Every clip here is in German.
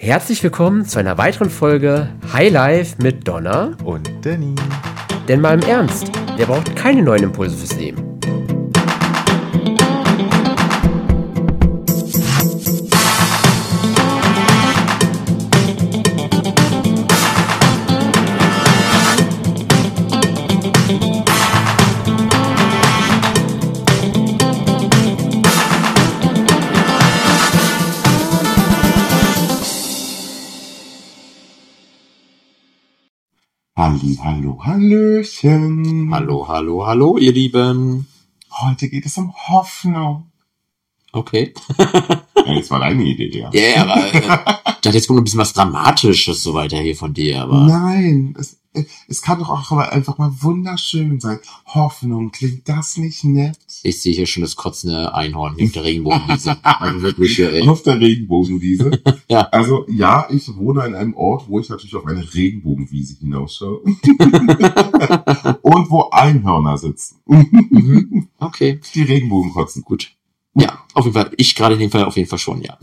Herzlich willkommen zu einer weiteren Folge High Life mit Donna und Danny. Denn mal im Ernst, wer braucht keine neuen Impulse fürs Leben? Hallo, hallöchen. Hallo, ihr Lieben. Heute geht es um Hoffnung. Okay. Ja, das war deine Idee, ja. Ja, aber ich dachte, jetzt kommt ein bisschen was Dramatisches so weiter hier von dir, aber... Nein, es kann doch auch einfach mal wunderschön sein. Hoffnung, klingt das nicht nett? Ich sehe hier schon das kotzende Einhorn auf der Regenbogenwiese. Also wirklich, ey. Auf der Regenbogenwiese? Ja. Also, ja, ich wohne an einem Ort, wo ich natürlich auf eine Regenbogenwiese hinausschaue. Und wo Einhörner sitzen. Okay. Die Regenbogen kotzen. Gut. Ja, auf jeden Fall. Ich gerade in dem Fall auf jeden Fall schon, ja.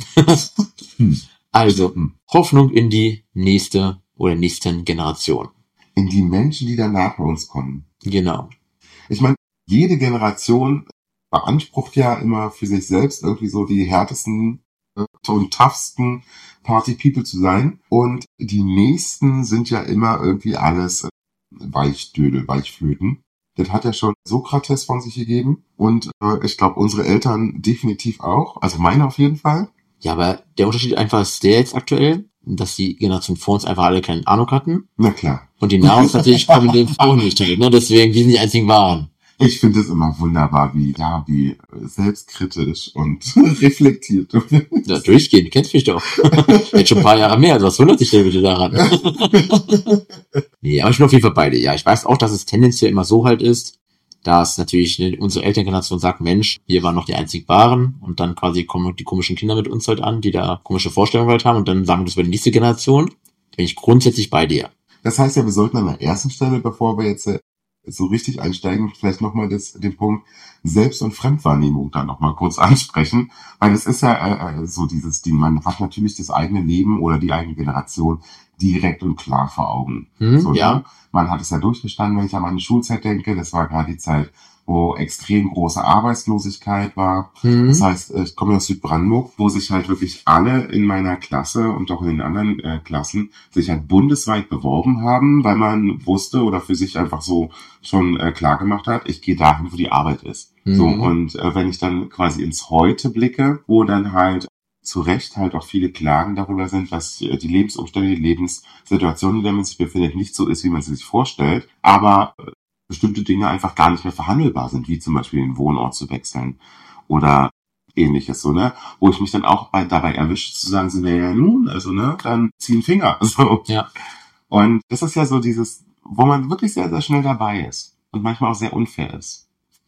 Also, Hoffnung in die nächste oder nächsten Generation. In die Menschen, die dann nach uns kommen. Genau. Ich meine, jede Generation beansprucht ja immer für sich selbst irgendwie so die härtesten und toughsten Party-People zu sein. Und die nächsten sind ja immer irgendwie alles Weichdödel, Weichflöten. Das hat ja schon Sokrates von sich gegeben. Und ich glaube, unsere Eltern definitiv auch. Also meine auf jeden Fall. Ja, aber der Unterschied einfach ist der jetzt aktuell, dass die Generation vor uns einfach alle keine Ahnung hatten. Na klar. Und die nach uns natürlich kommen dem auch nicht halt, ne? Deswegen, wir sind die einzigen Wahren. Ich finde es immer wunderbar, wie selbstkritisch und reflektiert. Ja, durchgehend, du kennst mich doch. Jetzt schon ein paar Jahre mehr, also was wundert dich denn bitte daran? Nee, aber ich bin auf jeden Fall beide, ja. Ich weiß auch, dass es tendenziell immer so halt ist, dass natürlich unsere Elterngeneration sagt, Mensch, wir waren noch die einzig Wahren und dann quasi kommen die komischen Kinder mit uns halt an, die da komische Vorstellungen halt haben und dann sagen wir das über die nächste Generation. Bin ich grundsätzlich bei dir. Das heißt ja, wir sollten an der ersten Stelle, bevor wir jetzt so richtig einsteigen, vielleicht nochmal den Punkt Selbst- und Fremdwahrnehmung da nochmal kurz ansprechen, weil es ist ja so dieses Ding, man hat natürlich das eigene Leben oder die eigene Generation direkt und klar vor Augen. So, ja. Ne? Man hat es ja durchgestanden, wenn ich an meine Schulzeit denke, das war gerade die Zeit, wo extrem große Arbeitslosigkeit war. Das heißt, ich komme aus Südbrandenburg, wo sich halt wirklich alle in meiner Klasse und auch in den anderen Klassen sich halt bundesweit beworben haben, weil man wusste oder für sich einfach so schon klar gemacht hat, ich gehe dahin, wo die Arbeit ist. So, und wenn ich dann quasi ins Heute blicke, wo dann halt zu Recht halt auch viele Klagen darüber sind, dass die Lebensumstände, die Lebenssituation, in der man sich befindet, nicht so ist, wie man sie sich vorstellt, aber bestimmte Dinge einfach gar nicht mehr verhandelbar sind, wie zum Beispiel den Wohnort zu wechseln oder ähnliches, so, ne? Wo ich mich dann auch dabei erwische, zu sagen, so, naja, nun, also, ne, dann zieh einen Finger, so. Ja. Und das ist ja so dieses, wo man wirklich sehr, sehr schnell dabei ist und manchmal auch sehr unfair ist.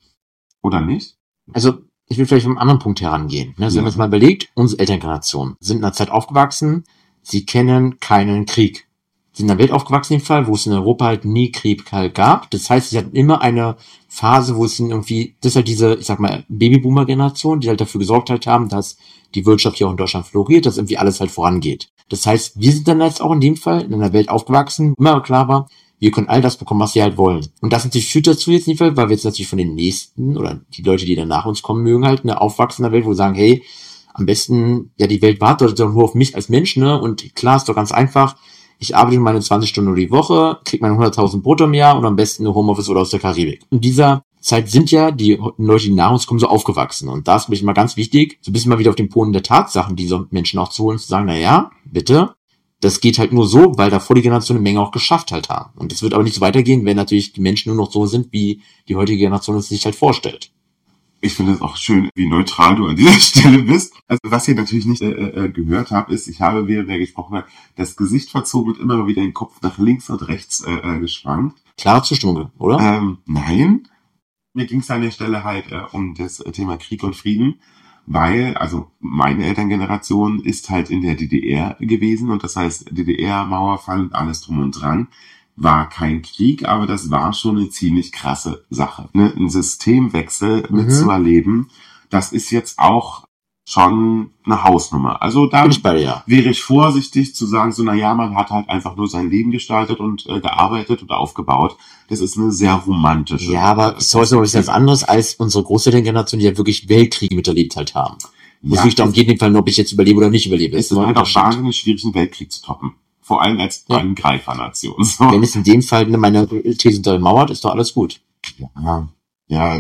Oder nicht? Also, ich will vielleicht vom anderen Punkt herangehen. Ne? Also, wenn man es mal überlegt, unsere Elterngeneration sind in einer Zeit aufgewachsen, sie kennen keinen Krieg. Sie sind in einer Welt aufgewachsen, im Fall, wo es in Europa halt nie Krieg halt gab. Das heißt, sie hatten immer eine Phase, wo es irgendwie, das ist halt diese, ich sag mal, Babyboomer-Generation, die halt dafür gesorgt halt haben, dass die Wirtschaft hier auch in Deutschland floriert, dass irgendwie alles halt vorangeht. Das heißt, wir sind dann jetzt auch in dem Fall in einer Welt aufgewachsen, wo immer klar war, wir können all das bekommen, was wir halt wollen. Und das natürlich führt dazu jetzt in dem Fall, weil wir jetzt natürlich von den Nächsten oder die Leute, die dann nach uns kommen mögen, halt eine aufwachsende Welt, wo wir sagen, hey, am besten, ja, die Welt wartet doch nur auf mich als Mensch, ne? Und klar, ist doch ganz einfach. Ich arbeite meine 20 Stunden die Woche, kriege meine 100.000 brutto im Jahr und am besten eine Homeoffice oder aus der Karibik. In dieser Zeit sind ja die Leute, die nach uns kommen, so aufgewachsen. Und da ist mir immer ganz wichtig, so ein bisschen mal wieder auf den Boden der Tatsachen dieser Menschen auch zu holen und zu sagen, na ja, bitte, das geht halt nur so, weil davor die Generation eine Menge auch geschafft halt haben. Und das wird aber nicht so weitergehen, wenn natürlich die Menschen nur noch so sind, wie die heutige Generation es sich halt vorstellt. Ich finde es auch schön, wie neutral du an dieser Stelle bist. Also was ihr natürlich nicht gehört habt, ist, ich habe, während er gesprochen hat, das Gesicht verzogen und immer mal wieder den Kopf nach links und rechts geschwankt. Klare Zustimmung, oder? Nein. Mir ging es an der Stelle halt um das Thema Krieg und Frieden, weil, also meine Elterngeneration ist halt in der DDR gewesen und das heißt DDR, Mauerfall und alles drum und dran. War kein Krieg, aber das war schon eine ziemlich krasse Sache. Ne? Ein Systemwechsel mitzuerleben, das ist jetzt auch schon eine Hausnummer. Also da Bin ich bei dir, ja. wäre ich vorsichtig zu sagen, so, na ja, man hat halt einfach nur sein Leben gestaltet und gearbeitet und aufgebaut. Das ist eine sehr romantische. Ja, aber es ist heute noch was anderes als unsere Großelterngeneration, die ja wirklich Weltkriege miterlebt halt haben. Wo es nicht darum geht, in dem Fall, ob ich jetzt überlebe oder nicht überlebe. Es ist halt auch wahnsinnig schwierig, einen Weltkrieg zu toppen. Vor allem als Angreifernation. So. Wenn es in dem Fall meine These untermauert, ist doch alles gut. Ja,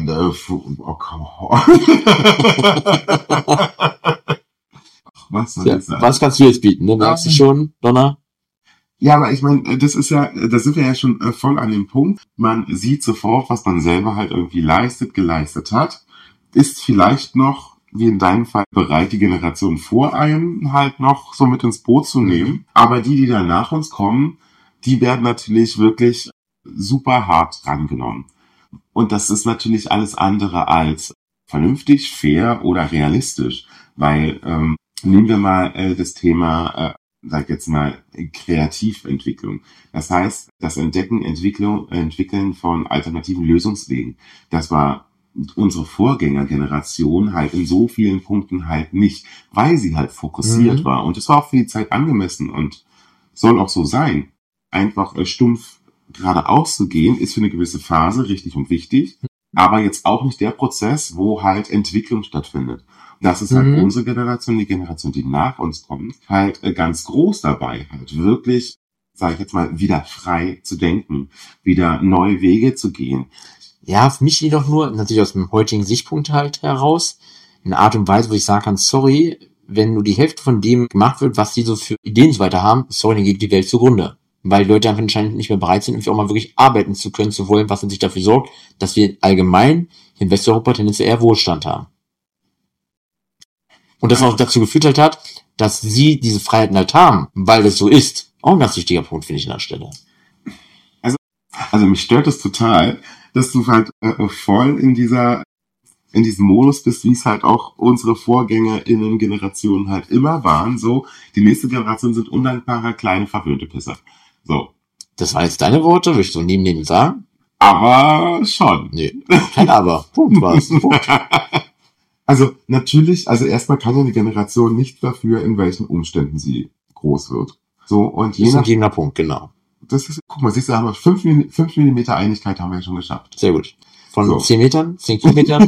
was soll ich sagen? Was kannst du jetzt bieten, ne? Merkst du schon, Donner? Ja, aber ich meine, da sind wir ja schon voll an dem Punkt. Man sieht sofort, was man selber halt irgendwie geleistet hat, ist vielleicht noch, wie in deinem Fall, bereit, die Generation vor einem halt noch so mit ins Boot zu nehmen. Aber die dann nach uns kommen, die werden natürlich wirklich super hart rangenommen. Und das ist natürlich alles andere als vernünftig, fair oder realistisch. Weil, nehmen wir mal das Thema, sag jetzt mal, Kreativentwicklung. Das heißt, das Entwickeln von alternativen Lösungswegen. Das war unsere Vorgängergeneration halt in so vielen Punkten halt nicht, weil sie halt fokussiert war. Und es war auch für die Zeit angemessen und soll auch so sein. Einfach stumpf geradeaus zu gehen, ist für eine gewisse Phase richtig und wichtig, aber jetzt auch nicht der Prozess, wo halt Entwicklung stattfindet. Und das ist halt unsere Generation, die Generation, die nach uns kommt, halt ganz groß dabei, halt wirklich, sage ich jetzt mal, wieder frei zu denken, wieder neue Wege zu gehen. Ja, für mich jedoch nur, natürlich aus dem heutigen Sichtpunkt halt heraus, eine Art und Weise, wo ich sagen kann, sorry, wenn nur die Hälfte von dem gemacht wird, was die so für Ideen so weiter haben, sorry, dann geht die Welt zugrunde. Weil die Leute einfach anscheinend nicht mehr bereit sind, irgendwie auch mal wirklich arbeiten zu können, zu wollen, was sich dafür sorgt, dass wir allgemein in Westeuropa tendenziell eher Wohlstand haben. Und das auch dazu geführt hat, dass sie diese Freiheiten halt haben, weil das so ist. Auch ein ganz wichtiger Punkt, finde ich an der Stelle. Also mich stört es total, dass du halt voll in diesem Modus bist, wie es halt auch unsere VorgängerInnen-Generationen halt immer waren. So, die nächste Generation sind undankbare, kleine, verwöhnte Pisser. So. Das waren jetzt deine Worte, würde ich so neben sagen. Aber schon. Nee, kein Aber. Punkt war's. Punkt. Also natürlich, erstmal kann ja eine Generation nicht dafür, in welchen Umständen sie groß wird. So, und das ist ein gegebener Punkt, genau. Das ist, guck mal, siehst du, haben wir 5 Millimeter Einigkeit haben wir ja schon geschafft. Sehr gut. Von 10 Metern, 10 Kilometern.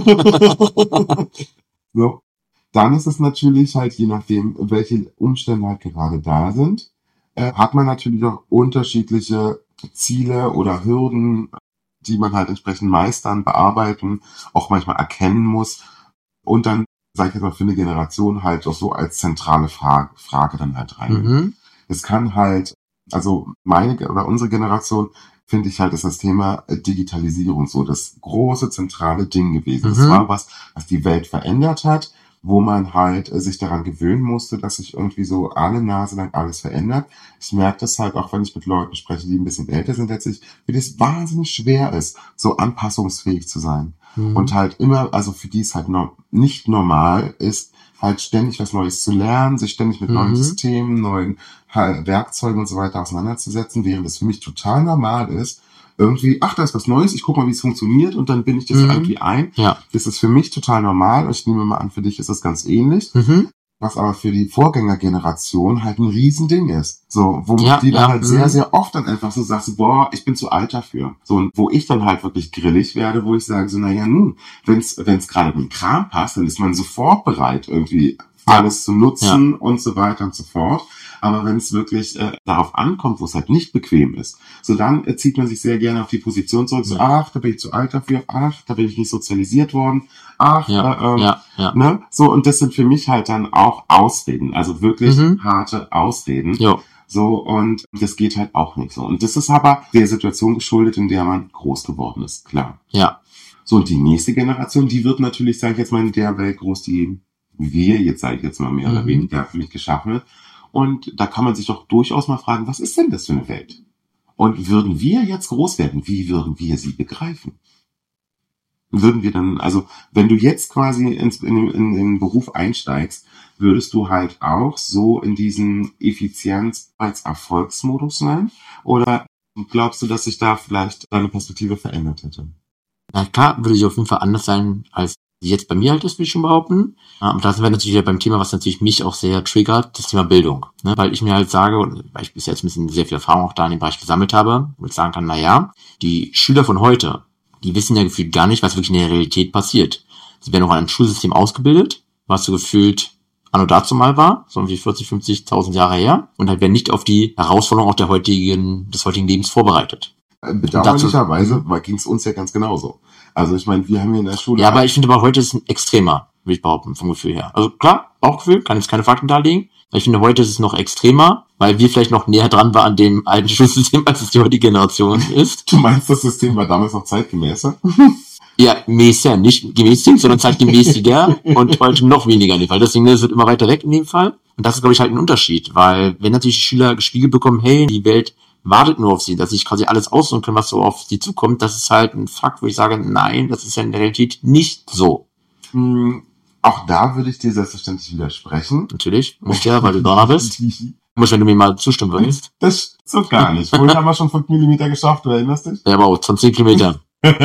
So. Dann ist es natürlich halt, je nachdem, welche Umstände halt gerade da sind, hat man natürlich auch unterschiedliche Ziele oder Hürden, die man halt entsprechend meistern, bearbeiten, auch manchmal erkennen muss. Und dann, sag ich jetzt mal, für eine Generation halt auch so als zentrale Frage dann halt rein. Es kann halt, also meine oder unsere Generation, finde ich halt, ist das Thema Digitalisierung so das große zentrale Ding gewesen. Es war was die Welt verändert hat, wo man halt sich daran gewöhnen musste, dass sich irgendwie so alle Nase lang alles verändert. Ich merke das halt auch, wenn ich mit Leuten spreche, die ein bisschen älter sind letztlich, wie das wahnsinnig schwer ist, so anpassungsfähig zu sein. Und halt immer, also für die es halt nicht normal ist, halt ständig was Neues zu lernen, sich ständig mit neuen Systemen, neuen Werkzeugen und so weiter auseinanderzusetzen, während es für mich total normal ist, irgendwie, ach, da ist was Neues, ich gucke mal, wie es funktioniert und dann bin ich das irgendwie ein. Ja. Das ist für mich total normal und ich nehme mal an, für dich ist das ganz ähnlich. Was aber für die Vorgängergeneration halt ein Riesending ist. So, wo die dann halt sehr, sehr oft dann einfach so sagst, boah, ich bin zu alt dafür. So, und wo ich dann halt wirklich grillig werde, wo ich sage so, naja, nun, wenn's gerade mit dem Kram passt, dann ist man sofort bereit, irgendwie alles zu nutzen und so weiter und so fort. Aber wenn es wirklich darauf ankommt, wo es halt nicht bequem ist, so dann zieht man sich sehr gerne auf die Position zurück, so, ach, da bin ich zu alt dafür, ach, da bin ich nicht sozialisiert worden, ach, ne, so, und das sind für mich halt dann auch Ausreden, also wirklich harte Ausreden. So, und das geht halt auch nicht so. Und das ist aber der Situation geschuldet, in der man groß geworden ist, klar. Ja. So, und die nächste Generation, die wird natürlich, sage ich jetzt mal, in der Welt groß, die wir jetzt, sage ich jetzt mal, mehr oder weniger für mich geschaffen wird. Und da kann man sich doch durchaus mal fragen, was ist denn das für eine Welt? Und würden wir jetzt groß werden, wie würden wir sie begreifen? Würden wir dann, also wenn du jetzt quasi in den Beruf einsteigst, würdest du halt auch so in diesen Effizienz als Erfolgsmodus sein? Oder glaubst du, dass sich da vielleicht deine Perspektive verändert hätte? Na klar, würde ich auf jeden Fall anders sein als die jetzt bei mir halt ist, will ich schon behaupten. Und da sind wir natürlich wieder beim Thema, was natürlich mich auch sehr triggert, das Thema Bildung. Ne? Weil ich mir halt sage, und weil ich bis jetzt ein bisschen sehr viel Erfahrung auch da in dem Bereich gesammelt habe, wo ich sagen kann, naja, die Schüler von heute, die wissen ja gefühlt gar nicht, was wirklich in der Realität passiert. Sie werden auch an einem Schulsystem ausgebildet, was so gefühlt anno dazu mal war, so wie 40, 50.000 Jahre her, und halt werden nicht auf die Herausforderungen auch des heutigen Lebens vorbereitet. Bedauerlicherweise ging es uns ja ganz genauso. Also ich meine, wir haben hier in der Schule... Ja, aber ich finde aber heute ist ein extremer, will ich behaupten, vom Gefühl her. Also klar, Bauchgefühl, kann jetzt keine Fakten darlegen. Aber ich finde, heute ist es noch extremer, weil wir vielleicht noch näher dran waren an dem alten Schulsystem, als es die heutige Generation ist. Du meinst, das System war damals noch zeitgemäßer? Ja, mäßiger, nicht gemäßigt, sondern zeitgemäßiger und heute noch weniger in dem Fall. Deswegen ist es immer weiter weg in dem Fall. Und das ist, glaube ich, halt ein Unterschied, weil wenn natürlich die Schüler gespiegelt bekommen, hey, die Welt wartet nur auf sie, dass sie quasi alles aussuchen können, was so auf sie zukommt, das ist halt ein Fakt, wo ich sage, nein, das ist ja in der Realität nicht so. Auch da würde ich dir selbstverständlich widersprechen. Natürlich, muss ja, weil du Donner bist. Muss, wenn du mir mal zustimmen würdest. Das so gar nicht. Vorhin haben wir schon 5 Millimeter geschafft, du erinnerst dich? Ja, aber auch von 10 Kilometern.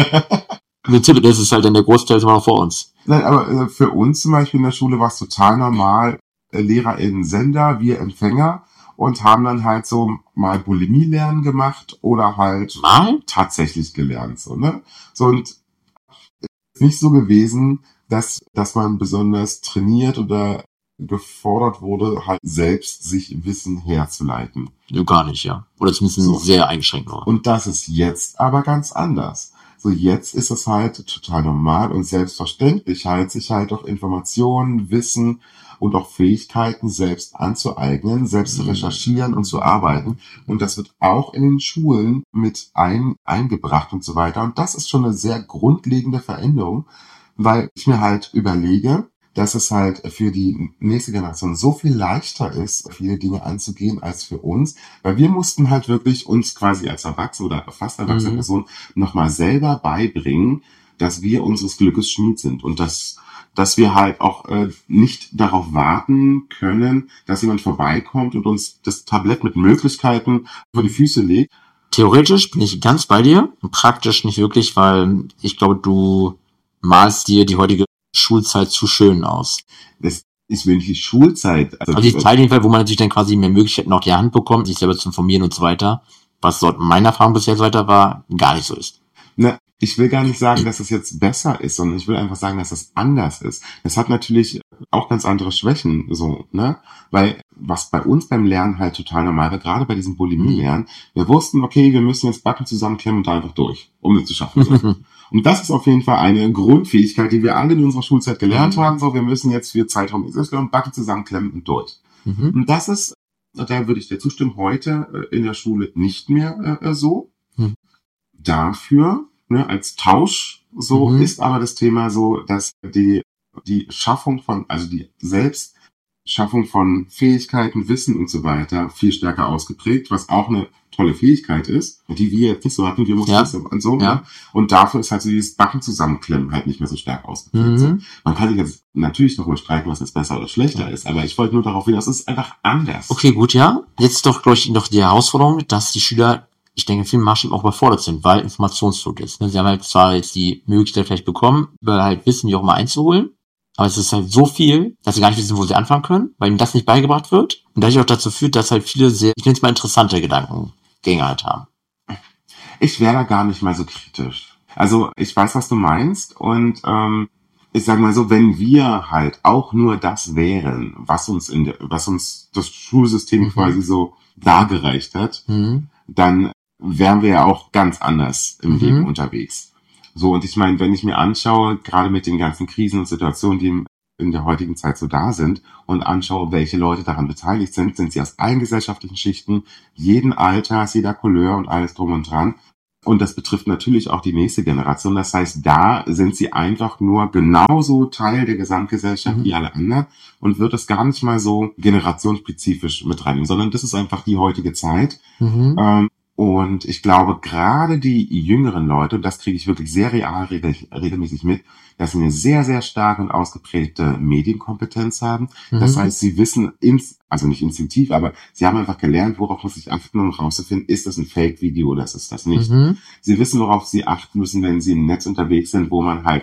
Das ist halt dann der Großteil immer noch vor uns. Nein, aber für uns zum Beispiel in der Schule war es total normal, LehrerInnen Sender, wir Empfänger, und haben dann halt so mal Bulimie lernen gemacht oder halt mal tatsächlich gelernt, so, ne? So, und es ist nicht so gewesen, dass man besonders trainiert oder gefordert wurde, halt selbst sich Wissen herzuleiten. Ja, gar nicht, ja. Oder zumindest so. Sehr eingeschränkt nur. Und das ist jetzt aber ganz anders. So, jetzt ist es halt total normal und selbstverständlich halt, sich halt auch Informationen, Wissen und auch Fähigkeiten selbst anzueignen, selbst zu recherchieren und zu arbeiten. Und das wird auch in den Schulen mit eingebracht und so weiter. Und das ist schon eine sehr grundlegende Veränderung, weil ich mir halt überlege, dass es halt für die nächste Generation so viel leichter ist, viele Dinge anzugehen als für uns, weil wir mussten halt wirklich uns quasi als Erwachsene oder fast erwachsene Person nochmal selber beibringen, dass wir unseres Glückes Schmied sind und dass wir halt auch nicht darauf warten können, dass jemand vorbeikommt und uns das Tablett mit Möglichkeiten vor die Füße legt. Theoretisch bin ich ganz bei dir, praktisch nicht wirklich, weil ich glaube, du malst dir die heutige Schulzeit zu schön aus. Das ist wirklich die Schulzeit. Also die Zeit jedenfalls, wo man natürlich dann quasi mehr Möglichkeiten auf die Hand bekommt, sich selber zu informieren und so weiter, was dort meiner Erfahrung bisher so weiter war, gar nicht so ist. Na, ich will gar nicht sagen, dass es jetzt besser ist, sondern ich will einfach sagen, dass es anders ist. Es hat natürlich auch ganz andere Schwächen, so, ne? Weil, was bei uns beim Lernen halt total normal war, gerade bei diesem Bulimie-Lernen, wir wussten, okay, wir müssen jetzt Backen zusammenklemmen und da einfach durch, um das zu schaffen. So. Und das ist auf jeden Fall eine Grundfähigkeit, die wir alle in unserer Schulzeit gelernt haben, so, wir müssen jetzt für Zeitraum XY Backen zusammenklemmen und durch. Und das ist, da würde ich dir zustimmen, heute in der Schule nicht mehr so. Dafür, ne, als Tausch, so ist aber das Thema so, dass die Schaffung von, also die Selbstschaffung von Fähigkeiten, Wissen und so weiter viel stärker ausgeprägt, was auch eine tolle Fähigkeit ist, die wir jetzt nicht so hatten, wir mussten das so, ne? Und dafür ist halt so dieses Backen zusammenklemmen halt nicht mehr so stark ausgeprägt. So. Man kann sich jetzt natürlich noch überstreiten, was jetzt besser oder schlechter ist, aber ich wollte nur darauf hinaus, es ist einfach anders. Okay, gut, ja. Jetzt doch, glaube ich, noch die Herausforderung, dass die Schüler, ich denke, in vielen Maßstäben auch überfordert sind, weil Informationsflut ist. Sie haben halt zwar jetzt die Möglichkeit vielleicht bekommen, über halt Wissen wie auch immer einzuholen, aber es ist halt so viel, dass sie gar nicht wissen, wo sie anfangen können, weil ihnen das nicht beigebracht wird und dadurch auch dazu führt, dass halt viele sehr, ich nenne es mal interessante Gedankengänge halt haben. Ich wäre da gar nicht mal so kritisch. Also ich weiß, was du meinst und ich sage mal so, wenn wir halt auch nur das wären, was uns das Schulsystem quasi so dargereicht hat, dann wären wir ja auch ganz anders im Leben unterwegs. So, und ich meine, wenn ich mir anschaue, gerade mit den ganzen Krisen und Situationen, die in der heutigen Zeit so da sind, und anschaue, welche Leute daran beteiligt sind sie aus allen gesellschaftlichen Schichten, jeden Alters, jeder Couleur und alles drum und dran. Und das betrifft natürlich auch die nächste Generation. Das heißt, da sind sie einfach nur genauso Teil der Gesamtgesellschaft wie alle anderen und wird es gar nicht mal so generationsspezifisch mit reinnehmen, sondern das ist einfach die heutige Zeit. Und ich glaube, gerade die jüngeren Leute, und das kriege ich wirklich sehr real regelmäßig mit, dass sie eine sehr, sehr starke und ausgeprägte Medienkompetenz haben. Das heißt, sie wissen, also nicht instinktiv, aber sie haben einfach gelernt, worauf muss ich achten, um rauszufinden, ist das ein Fake-Video oder ist es das nicht. Sie wissen, worauf sie achten müssen, wenn sie im Netz unterwegs sind, wo man halt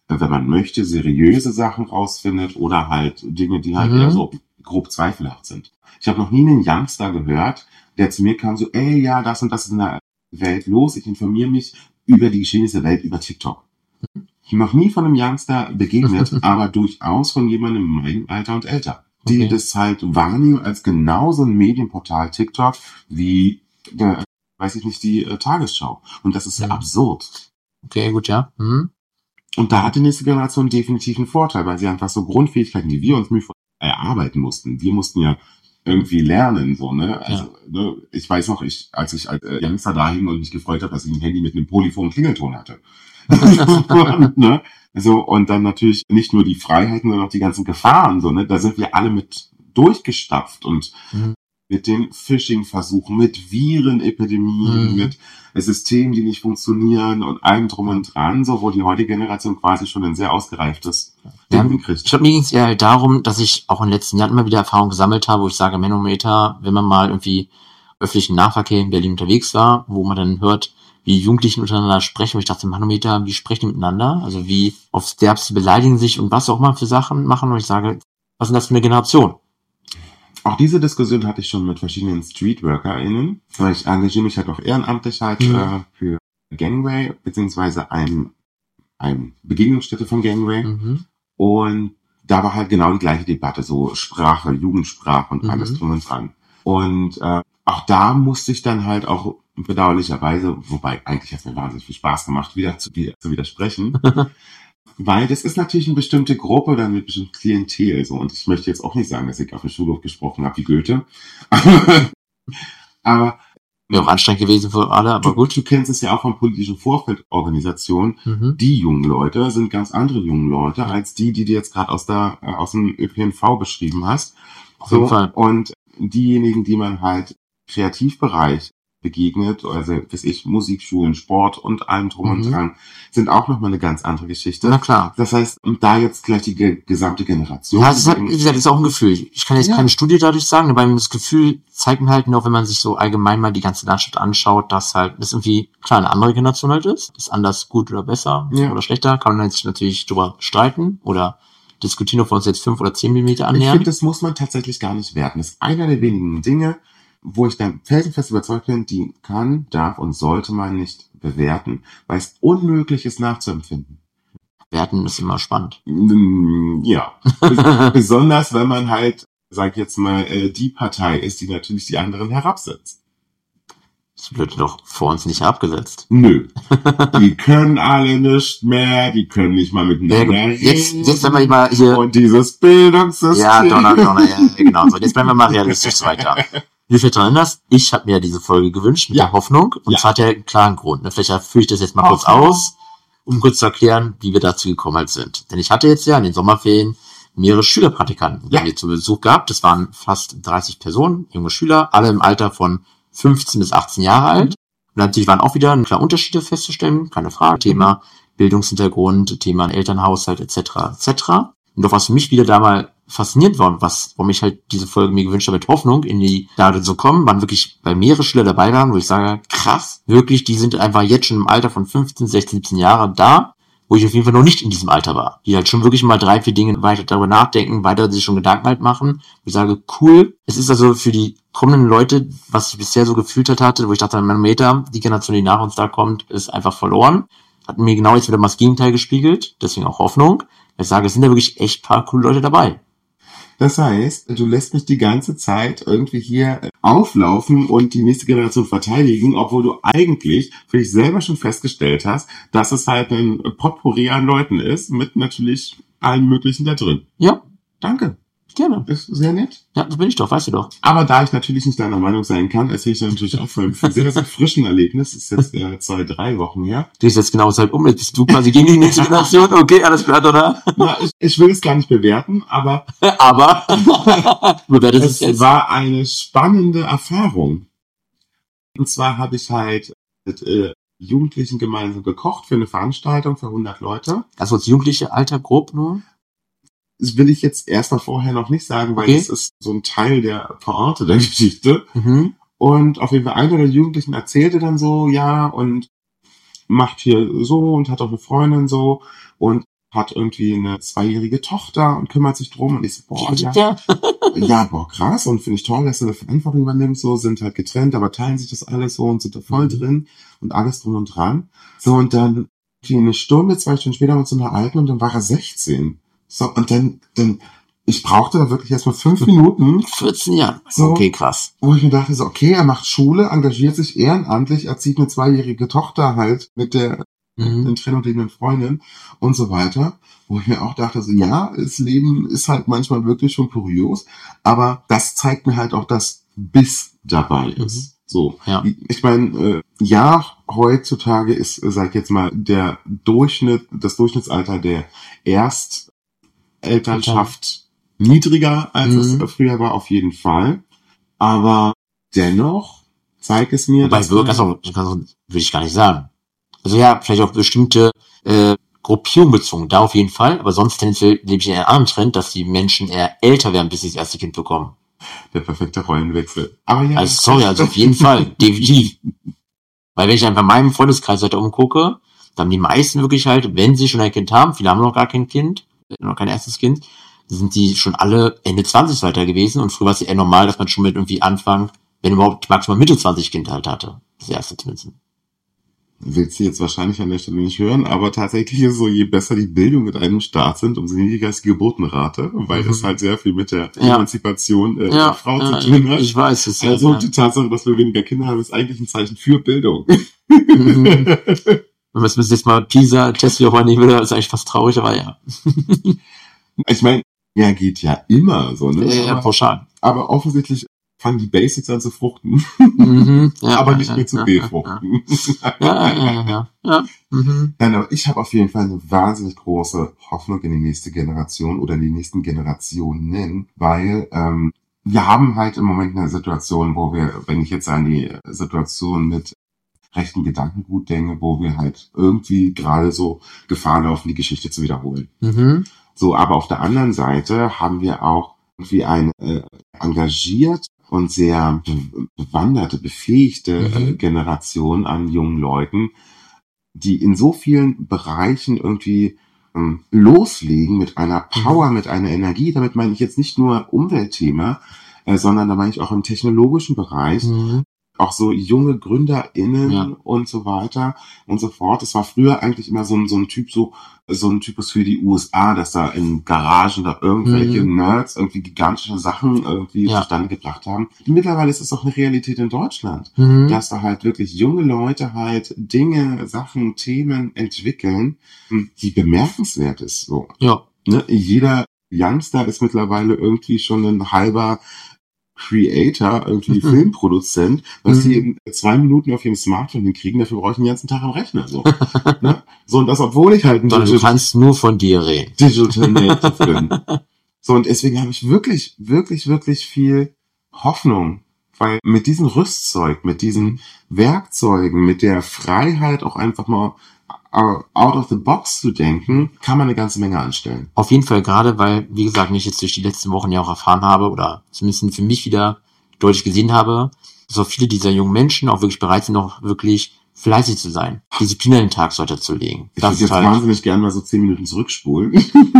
wenn man möchte, seriöse Sachen rausfindet oder halt Dinge, die halt eher so grob zweifelhaft sind. Ich habe noch nie einen Youngster gehört, der zu mir kam so, ey, ja, das und das ist in der Welt los, ich informiere mich über die Geschehnisse der Welt über TikTok. Ich bin noch nie von einem Youngster begegnet, aber durchaus von jemandem in meinem Alter und älter, die das halt wahrnehmen als genauso ein Medienportal TikTok wie, weiß ich nicht, die Tagesschau. Und das ist ja absurd. Okay, gut, ja. Mhm. Und da hat die nächste Generation definitiv einen Vorteil, weil sie einfach so Grundfähigkeiten, die wir uns erarbeiten mussten. Wir mussten ja irgendwie lernen, so, ne? Also, ne, ich weiß noch, als ich als Youngster da hing und mich gefreut habe, dass ich ein Handy mit einem polyphonen Klingelton hatte. Ne? So, und dann natürlich nicht nur die Freiheiten, sondern auch die ganzen Gefahren, so, ne? Da sind wir alle mit durchgestapft und mit den Phishing-Versuchen, mit Virenepidemien, mit Systemen, die nicht funktionieren und allem drum und dran, so, wo die heutige Generation quasi schon ein sehr ausgereiftes Ding kriegt. Ich glaube, mir ging es eher halt darum, dass ich auch in den letzten Jahren immer wieder Erfahrungen gesammelt habe, wo ich sage, Manometer, wenn man mal irgendwie öffentlichen Nahverkehr in Berlin unterwegs war, wo man dann hört, wie Jugendlichen untereinander sprechen, und ich dachte, Manometer, wie sprechen die miteinander? Also wie aufs Derbste beleidigen sich und was auch mal für Sachen machen, und ich sage, was ist denn das für eine Generation? Auch diese Diskussion hatte ich schon mit verschiedenen StreetworkerInnen, weil ich engagiere mich halt auch ehrenamtlich halt für Gangway, beziehungsweise eine Begegnungsstätte von Gangway. Und da war halt genau die gleiche Debatte, so Sprache, Jugendsprache und alles drum und dran. Und auch da musste ich dann halt auch bedauerlicherweise, wobei eigentlich hat es mir wahnsinnig viel Spaß gemacht, wieder zu widersprechen. Weil das ist natürlich eine bestimmte Gruppe oder eine bestimmte Klientel, so. Und ich möchte jetzt auch nicht sagen, dass ich auf dem Schulhof gesprochen habe wie Goethe. Aber wäre auch anstrengend gewesen für alle, aber gut. Du kennst es ja auch von politischen Vorfeldorganisationen. Die jungen Leute sind ganz andere jungen Leute als die du jetzt gerade aus dem ÖPNV beschrieben hast. Auf jeden Fall. Und diejenigen, die man halt Kreativbereich begegnet, also weiß ich, Musikschulen, Sport und allem drum und dran, sind auch nochmal eine ganz andere Geschichte. Na klar. Das heißt, da jetzt gleich die gesamte Generation. Ja, das ist halt, wie gesagt, das ist auch ein Gefühl. Ich kann jetzt keine Studie dadurch sagen, aber das Gefühl zeigt mir halt noch, wenn man sich so allgemein mal die ganze Landschaft anschaut, dass halt das irgendwie, klar, eine andere Generation halt ist anders gut oder besser oder schlechter, kann man sich natürlich drüber streiten oder diskutieren, ob wir uns jetzt 5 oder 10 Millimeter annähern. Ich finde, das muss man tatsächlich gar nicht werten. Das ist einer der wenigen Dinge, wo ich dann felsenfest überzeugt bin, die kann, darf und sollte man nicht bewerten, weil es unmöglich ist nachzuempfinden. Werten ist immer spannend. Ja. Besonders, wenn man halt, sag jetzt mal, die Partei ist, die natürlich die anderen herabsetzt. Das wird doch vor uns nicht herabgesetzt. Nö. Die können alle nicht mehr, die können nicht mal miteinander reden. Jetzt wenn wir mal hier... Und dieses Bildungssystem. Ja, Donner, ja, genau. So, jetzt bleiben wir mal realistisch weiter. Wie viel dran ist? Ich habe mir diese Folge gewünscht mit der Hoffnung. Und es hat ja einen klaren Grund. Vielleicht führe ich das jetzt mal kurz aus, um kurz zu erklären, wie wir dazu gekommen halt sind. Denn ich hatte jetzt ja in den Sommerferien mehrere Schülerpraktikanten bei mir zu Besuch gehabt. Das waren fast 30 Personen, junge Schüler, alle im Alter von 15 bis 18 Jahre alt. Und natürlich waren auch wieder ein klar Unterschiede festzustellen, keine Frage. Thema Bildungshintergrund, Thema Elternhaushalt etc. etc. Und doch was für mich wieder da mal faszinierend war, warum ich halt diese Folge mir gewünscht habe mit Hoffnung, in die da so kommen, waren wirklich bei mehrere Schüler dabei waren, wo ich sage, krass, wirklich, die sind einfach jetzt schon im Alter von 15, 16, 17 Jahren da, wo ich auf jeden Fall noch nicht in diesem Alter war. Die halt schon wirklich mal 3, 4 Dinge weiter darüber nachdenken, weiter sich schon Gedanken halt machen. Ich sage, cool. Es ist also für die kommenden Leute, was ich bisher so gefühlt hatte, wo ich dachte, Manometer, die Generation, die nach uns da kommt, ist einfach verloren. Hat mir genau jetzt wieder mal das Gegenteil gespiegelt. Deswegen auch Hoffnung. Ich sage, es sind da wirklich echt paar coole Leute dabei. Das heißt, du lässt mich die ganze Zeit irgendwie hier auflaufen und die nächste Generation verteidigen, obwohl du eigentlich für dich selber schon festgestellt hast, dass es halt ein Potpourri an Leuten ist, mit natürlich allem Möglichen da drin. Ja. Danke. Gerne. Das ist sehr nett. Ja, das bin ich doch, weißt du doch. Aber da ich natürlich nicht deiner Meinung sein kann, erzähle ich dann natürlich auch von einem sehr, sehr frischen Erlebnis. Das ist jetzt 2, 3 Wochen her. Du bist jetzt genau deshalb um, jetzt bist du quasi gegen die nächste Generation. Okay, alles klar, oder? Na, ich will es gar nicht bewerten, aber bewertet es jetzt. War eine spannende Erfahrung. Und zwar habe ich halt mit Jugendlichen gemeinsam gekocht für eine Veranstaltung für 100 Leute. Also als jugendliche Alter grob nur? Das will ich jetzt erstmal vorher noch nicht sagen, weil das ist so ein Teil der Pointe der Geschichte. Und auf jeden Fall einer der Jugendlichen erzählte dann so, ja, und macht hier so und hat auch eine Freundin so. Und hat irgendwie eine 2-jährige Tochter und kümmert sich drum. Und ich so, boah, ja, boah, krass. Und finde ich toll, dass du eine Verantwortung übernimmst. So, sind halt getrennt, aber teilen sich das alles so und sind da voll drin und alles drum und dran. So, und dann eine Stunde, 2 Stunden später haben wir uns unterhalten und dann war er 16. So, und dann ich brauchte da wirklich erstmal 5 Minuten. 14 Jahre. So, okay, krass. Wo ich mir dachte, so, okay, er macht Schule, engagiert sich ehrenamtlich, erzieht eine 2-jährige Tochter halt mit der in Trennung lebenden Freundin und so weiter. Wo ich mir auch dachte, so, ja, das Leben ist halt manchmal wirklich schon kurios, aber das zeigt mir halt auch, dass Biss dabei ist. So, ja. Ich meine, ja, heutzutage ist, sag ich jetzt mal, das Durchschnittsalter der Erstelternschaft niedriger, als es früher war, auf jeden Fall. Aber dennoch zeigt es mir, dass würde ich gar nicht sagen. Also ja, vielleicht auf bestimmte Gruppierungen bezogen, da auf jeden Fall. Aber sonst tendenziell lebe ich in einem anderen Trend, dass die Menschen eher älter werden, bis sie das erste Kind bekommen. Der perfekte Rollenwechsel. Aber ja. Also auf jeden Fall, definitiv. Weil wenn ich einfach meinem Freundeskreis weiter umgucke, dann haben die meisten wirklich halt, wenn sie schon ein Kind haben, viele haben noch gar kein Kind, noch kein erstes Kind, sind die schon alle Ende 20 weiter gewesen. Und früher war es eher normal, dass man schon mit irgendwie Anfang, wenn überhaupt maximal Mitte 20 Kind halt hatte. Das erste zumindest. Willst du jetzt wahrscheinlich an der Stelle nicht hören, aber tatsächlich ist so, je besser die Bildung mit einem Staat sind, umso niedriger ist die Geburtenrate, weil das halt sehr viel mit der Emanzipation der Frau zu tun hat. Ich weiß es. Also die Tatsache, dass wir weniger Kinder haben, ist eigentlich ein Zeichen für Bildung. Wenn wir es jetzt mal PISA-Test wieder nehmen würde, ist eigentlich fast traurig, aber ja. Ich meine, ja, geht ja immer so, ne? Ja, pauschal. Aber offensichtlich fangen die Basics an zu fruchten, aber nicht mehr zu befruchten. Ja. Nein, aber ich habe auf jeden Fall eine wahnsinnig große Hoffnung in die nächste Generation oder in die nächsten Generationen, weil wir haben halt im Moment eine Situation, wo wir, wenn ich jetzt an die Situation mit rechten Gedankengut denke, wo wir halt irgendwie gerade so Gefahr laufen, die Geschichte zu wiederholen. So, aber auf der anderen Seite haben wir auch irgendwie eine engagiert und sehr bewanderte, befähigte Generation an jungen Leuten, die in so vielen Bereichen irgendwie loslegen mit einer Power, mit einer Energie. Damit meine ich jetzt nicht nur Umweltthema, sondern da meine ich auch im technologischen Bereich. Auch so junge GründerInnen und so weiter und so fort. Das war früher eigentlich immer so ein Typus für die USA, dass da in Garagen da irgendwelche Nerds irgendwie gigantische Sachen irgendwie zustande gebracht haben. Mittlerweile ist es auch eine Realität in Deutschland, dass da halt wirklich junge Leute halt Dinge, Sachen, Themen entwickeln, die bemerkenswert ist. So. Ja. Ne? Jeder Youngster ist mittlerweile irgendwie schon ein halber Creator, irgendwie Filmproduzent, was sie in 2 Minuten auf ihrem Smartphone hinkriegen, dafür brauche ich den ganzen Tag am Rechner. So, ne? So, und das, obwohl ich halt du kannst nur von dir reden. Digital Native bin. So, und deswegen habe ich wirklich, wirklich, wirklich viel Hoffnung, weil mit diesem Rüstzeug, mit diesen Werkzeugen, mit der Freiheit auch einfach mal out of the box zu denken, kann man eine ganze Menge anstellen. Auf jeden Fall, gerade weil, wie gesagt, ich jetzt durch die letzten Wochen ja auch erfahren habe oder zumindest für mich wieder deutlich gesehen habe, dass auch viele dieser jungen Menschen auch wirklich bereit sind, auch wirklich fleißig zu sein, Disziplin an den Tag weiterzulegen. Ich würde jetzt halt wahnsinnig gerne mal so 10 Minuten zurückspulen.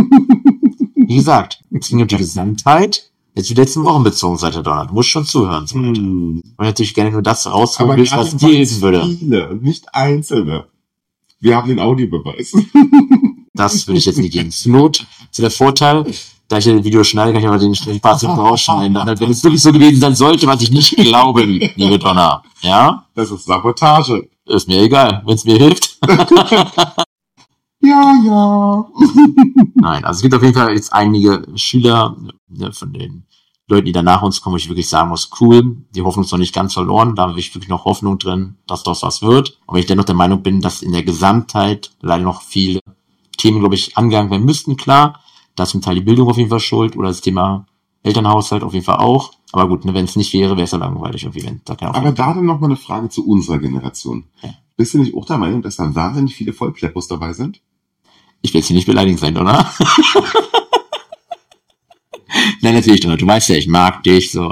Wie gesagt, es ging um die Gesamtheit, jetzt die letzten Wochen bezogen, seit der Donner. Du musst schon zuhören. So und natürlich gerne nur das rausholen, was dir helfen würde. Viele, nicht einzelne. Wir haben den Audiobeweis. Das würde ich jetzt nicht gehen. Zur Not, zu der Vorteil, da ich ja das Video schneide, kann ich aber den Spaß rausschneiden. Wenn es wirklich so gewesen sein sollte, was ich nicht glaube, liebe Donna. Ja? Das ist Sabotage. Ist mir egal, wenn es mir hilft. Ja. Nein, also es gibt auf jeden Fall jetzt einige Schüler von den Leuten, die da nach uns kommen, wo ich wirklich sagen muss, cool, die Hoffnung ist noch nicht ganz verloren, da habe ich wirklich noch Hoffnung drin, dass das was wird. Aber ich dennoch der Meinung bin, dass in der Gesamtheit leider noch viele Themen, glaube ich, angegangen werden müssten. Klar, da ist zum Teil die Bildung auf jeden Fall schuld oder das Thema Elternhaushalt auf jeden Fall auch. Aber gut, wenn es nicht wäre, wäre es ja langweilig irgendwie. Aber da dann noch mal eine Frage zu unserer Generation. Ja. Bist du nicht auch der Meinung, dass da wahnsinnig viele Vollpleppos dabei sind? Ich will jetzt hier nicht beleidigend sein, oder? Nein, natürlich, du weißt ja, ich mag dich, so.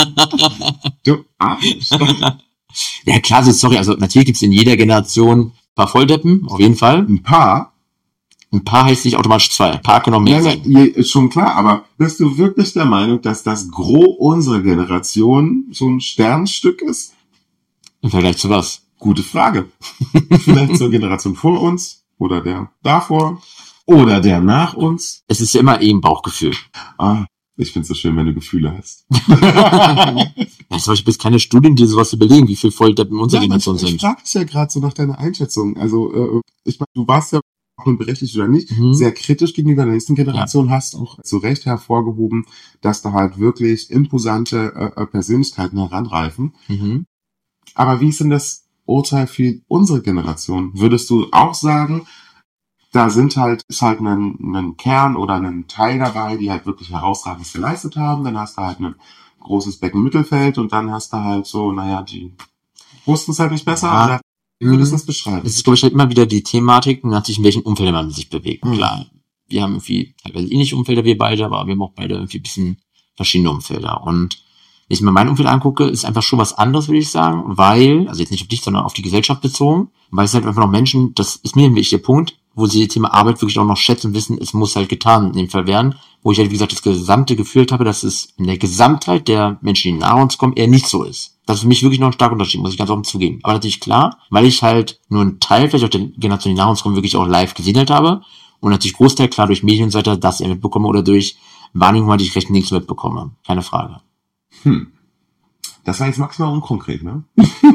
Du Arsch. Ja, klar, sorry, also natürlich gibt's in jeder Generation paar Volldeppen, auf jeden Fall. Ein paar? Ein paar heißt nicht automatisch 2. Ein paar können noch mehr sein. Ist schon klar, aber bist du wirklich der Meinung, dass das Gros unserer Generation so ein Sternstück ist? Im Vergleich zu was? Gute Frage. Vielleicht zur Generation vor uns oder der davor oder der nach uns. Es ist ja immer ein Bauchgefühl. Ich find's so schön, wenn du Gefühle hast. Ja, zum Beispiel keine Studien, die sowas überlegen, wie viel Volldeppen unserer Generation sind. Ich frage dich ja gerade so nach deiner Einschätzung. Also, ich meine, du warst ja auch nun berechtigt oder nicht, sehr kritisch gegenüber der nächsten Generation, hast auch zu Recht hervorgehoben, dass da halt wirklich imposante Persönlichkeiten heranreifen. Aber wie ist denn das Urteil für unsere Generation? Würdest du auch sagen, da ist halt ein Kern oder ein Teil dabei, die halt wirklich Herausragendes geleistet haben, dann hast du halt ein großes Becken-Mittelfeld und dann hast du halt so, die wussten es halt nicht besser, oder wie würdest du das beschreiben? Es ist, glaube ich, halt immer wieder die Thematik, natürlich in welchen Umfeldern man sich bewegt. Klar, wir haben irgendwie teilweise ähnliche Umfelder, wir beide, aber wir haben auch beide irgendwie ein bisschen verschiedene Umfelder. Und wenn ich mir mein Umfeld angucke, ist einfach schon was anderes, würde ich sagen, weil, also jetzt nicht auf dich, sondern auf die Gesellschaft bezogen, weil es halt einfach noch Menschen, das ist mir ein wichtiger Punkt, wo sie das Thema Arbeit wirklich auch noch schätzen und wissen, es muss halt getan in dem Fall werden, wo ich halt, wie gesagt, das Gesamte gefühlt habe, dass es in der Gesamtheit der Menschen, die nach uns kommen, eher nicht so ist. Das ist für mich wirklich noch ein starker Unterschied, muss ich ganz offen zugeben. Aber natürlich klar, weil ich halt nur einen Teil vielleicht auch der Generation, die nach uns kommen, wirklich auch live gesehen habe und natürlich Großteil klar durch Medien und so weiter, das eher mitbekomme oder durch Wahrnehmung, die ich recht nichts mitbekomme. Keine Frage. Das war jetzt maximal unkonkret, ne?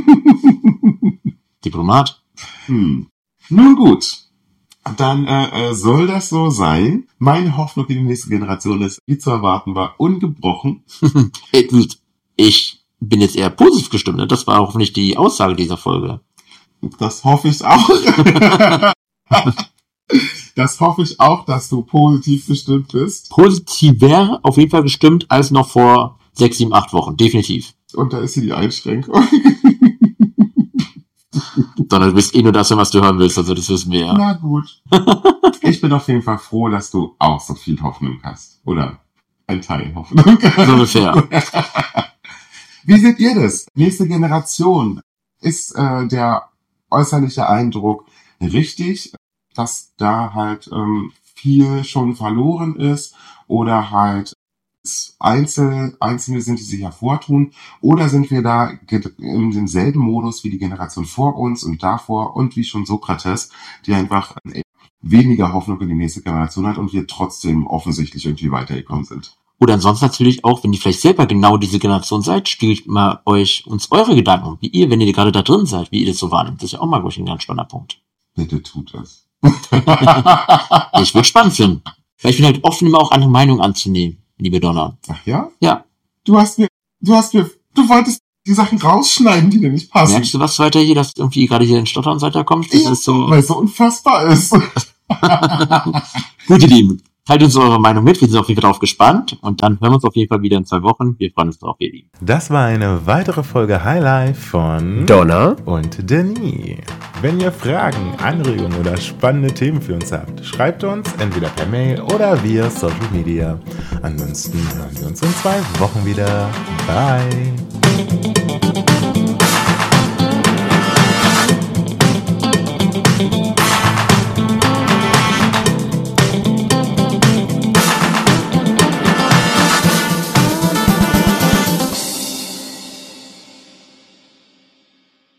Diplomat. Nun gut. Dann soll das so sein. Meine Hoffnung für die nächste Generation ist, wie zu erwarten war, ungebrochen. Ich bin jetzt eher positiv gestimmt, ne? Das war hoffentlich die Aussage dieser Folge. Das hoffe ich auch. Das hoffe ich auch, dass du positiv gestimmt bist. Positiver auf jeden Fall gestimmt als noch vor 6, 7, 8 Wochen. Definitiv. Und da ist hier die Einschränkung. Sondern du bist nur das, was du hören willst, also das wissen wir ja. Na gut. Ich bin auf jeden Fall froh, dass du auch so viel Hoffnung hast. Oder ein Teil Hoffnung. So ungefähr. Wie seht ihr das? Nächste Generation. Ist der äußerliche Eindruck richtig, dass da halt viel schon verloren ist oder halt Einzelne sind, die sich hervortun, oder sind wir da in demselben Modus wie die Generation vor uns und davor und wie schon Sokrates, die einfach weniger Hoffnung in die nächste Generation hat und wir trotzdem offensichtlich irgendwie weitergekommen sind? Oder ansonsten natürlich auch, wenn ihr vielleicht selber genau diese Generation seid, spielt mal uns eure Gedanken, wie ihr, wenn ihr gerade da drin seid, wie ihr das so wahrnimmt. Das ist ja auch mal, glaube ich, ein ganz spannender Punkt. Bitte tut das. Ich würde spannend finden. Weil ich bin halt offen, immer auch andere Meinungen anzunehmen, liebe Donna. Ach ja? Ja. Du wolltest die Sachen rausschneiden, die dir nicht passen. Merkst du was weiter hier, dass irgendwie gerade hier ein Stotter und so weiter kommt? Das ist so. Weil es so unfassbar ist. Gut, ihr Lieben. Teilt uns eure Meinung mit, wir sind auf jeden Fall drauf gespannt und dann hören wir uns auf jeden Fall wieder in 2 Wochen. Wir freuen uns drauf, ihr Lieben. Das war eine weitere Folge Highlife von Donna und Denis. Wenn ihr Fragen, Anregungen oder spannende Themen für uns habt, schreibt uns entweder per Mail oder via Social Media. Ansonsten hören wir uns in 2 Wochen wieder. Bye!